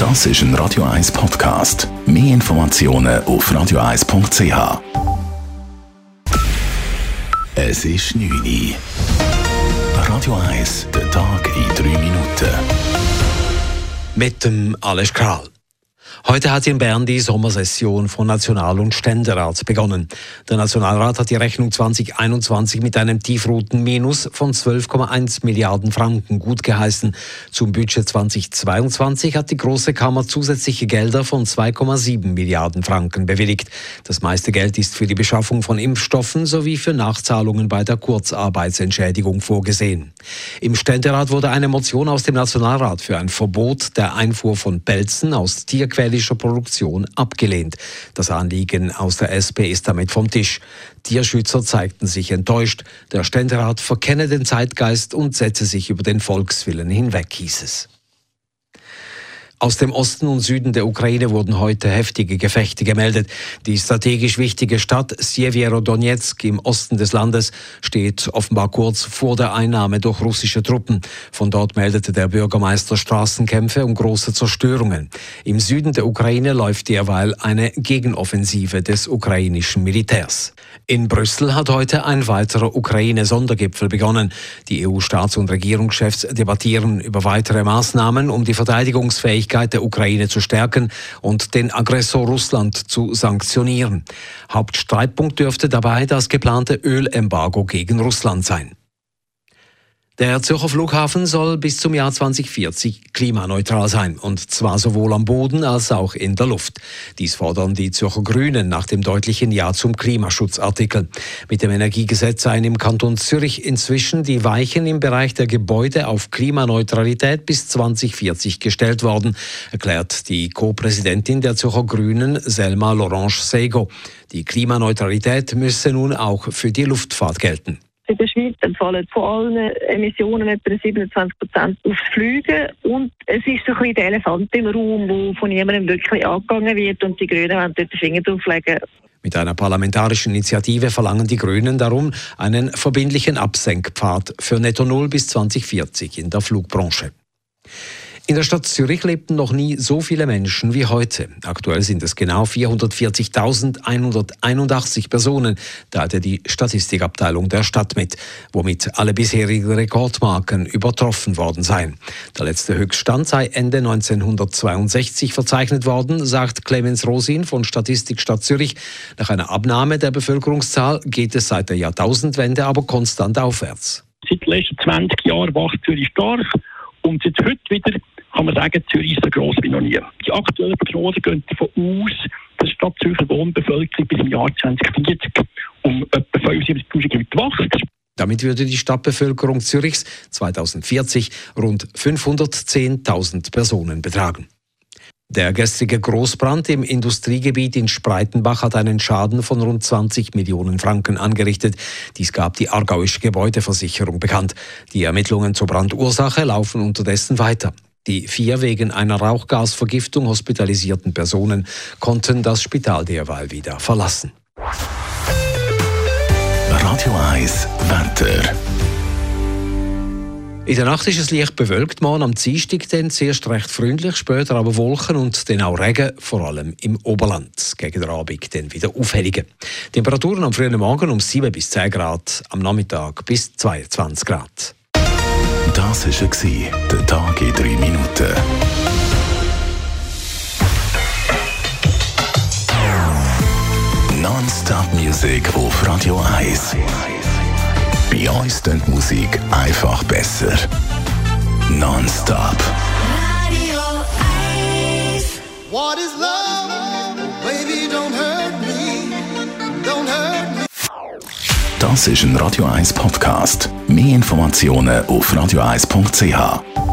Das ist ein Radio 1 Podcast. Mehr Informationen auf radio1.ch. Es ist 9 Uhr. Radio 1, der Tag in 3 Minuten. Mit dem Ales Kral. Heute hat in Bern die Sommersession von National- und Ständerat begonnen. Der Nationalrat hat die Rechnung 2021 mit einem tiefroten Minus von 12,1 Milliarden Franken gutgeheißen. Zum Budget 2022 hat die Große Kammer zusätzliche Gelder von 2,7 Milliarden Franken bewilligt. Das meiste Geld ist für die Beschaffung von Impfstoffen sowie für Nachzahlungen bei der Kurzarbeitsentschädigung vorgesehen. Im Ständerat wurde eine Motion aus dem Nationalrat für ein Verbot der Einfuhr von Pelzen aus tierquälischer Produktion abgelehnt. Das Anliegen aus der SP ist damit vom Tisch. Tierschützer zeigten sich enttäuscht. Der Ständerat verkenne den Zeitgeist und setze sich über den Volkswillen hinweg, hieß es. Aus dem Osten und Süden der Ukraine wurden heute heftige Gefechte gemeldet. Die strategisch wichtige Stadt Sjeverodonezk im Osten des Landes steht offenbar kurz vor der Einnahme durch russische Truppen. Von dort meldete der Bürgermeister Straßenkämpfe und große Zerstörungen. Im Süden der Ukraine läuft derweil eine Gegenoffensive des ukrainischen Militärs. In Brüssel hat heute ein weiterer Ukraine-Sondergipfel begonnen. Die EU-Staats- und Regierungschefs debattieren über weitere Maßnahmen, um die Verteidigungsfähigkeit der Ukraine zu stärken und den Aggressor Russland zu sanktionieren. Hauptstreitpunkt dürfte dabei das geplante Ölembargo gegen Russland sein. Der Zürcher Flughafen soll bis zum Jahr 2040 klimaneutral sein, und zwar sowohl am Boden als auch in der Luft. Dies fordern die Zürcher Grünen nach dem deutlichen Ja zum Klimaschutzartikel. Mit dem Energiegesetz seien im Kanton Zürich inzwischen die Weichen im Bereich der Gebäude auf Klimaneutralität bis 2040 gestellt worden, erklärt die Co-Präsidentin der Zürcher Grünen, Selma Lorange-Sego. Die Klimaneutralität müsse nun auch für die Luftfahrt gelten. In der Schweiz entfallen von allen Emissionen etwa 27% aufs Fliegen. Und es ist so ein bisschen der Elefant im Raum, der von niemandem wirklich angegangen wird. Und die Grünen wollen dort den Finger drauflegen. Mit einer parlamentarischen Initiative verlangen die Grünen darum einen verbindlichen Absenkpfad für Netto Null bis 2040 in der Flugbranche. In der Stadt Zürich lebten noch nie so viele Menschen wie heute. Aktuell sind es genau 440.181 Personen, teilte die Statistikabteilung der Stadt mit, womit alle bisherigen Rekordmarken übertroffen worden seien. Der letzte Höchststand sei Ende 1962 verzeichnet worden, sagt Clemens Rosin von Statistik Stadt Zürich. Nach einer Abnahme der Bevölkerungszahl geht es seit der Jahrtausendwende aber konstant aufwärts. Seit den letzten 20 Jahren wächst Zürich stark. Und jetzt heute wieder kann man sagen, Zürich ist so gross wie noch nie. Die aktuellen Prognosen gehen davon aus, dass die Stadt Zürcher Wohnbevölkerung bis im Jahr 2040 um etwa 75'000 Leute wächst. Damit würde die Stadtbevölkerung Zürichs 2040 rund 510.000 Personen betragen. Der gestrige Großbrand im Industriegebiet in Spreitenbach hat einen Schaden von rund 20 Millionen Franken angerichtet. Dies gab die Aargauische Gebäudeversicherung bekannt. Die Ermittlungen zur Brandursache laufen unterdessen weiter. Die 4 wegen einer Rauchgasvergiftung hospitalisierten Personen konnten das Spital derweil wieder verlassen. Radio 1 Wetter. In der Nacht ist es leicht bewölkt, morgen am Dienstag dann zuerst recht freundlich, später aber Wolken und dann auch Regen, vor allem im Oberland. Gegen den Abend dann wieder Aufhellungen. Temperaturen am frühen Morgen um 7 bis 10 Grad, am Nachmittag bis 22 Grad. Das war der Tag in 3 Minuten. Non-Stop-Musik auf Radio 1. Bei uns klingt die Musik einfach besser. Non-Stop. Radio 1. What is love? Baby, don't hurt me. Don't hurt me. Das ist ein Radio 1 Podcast. Mehr Informationen auf radio1.ch.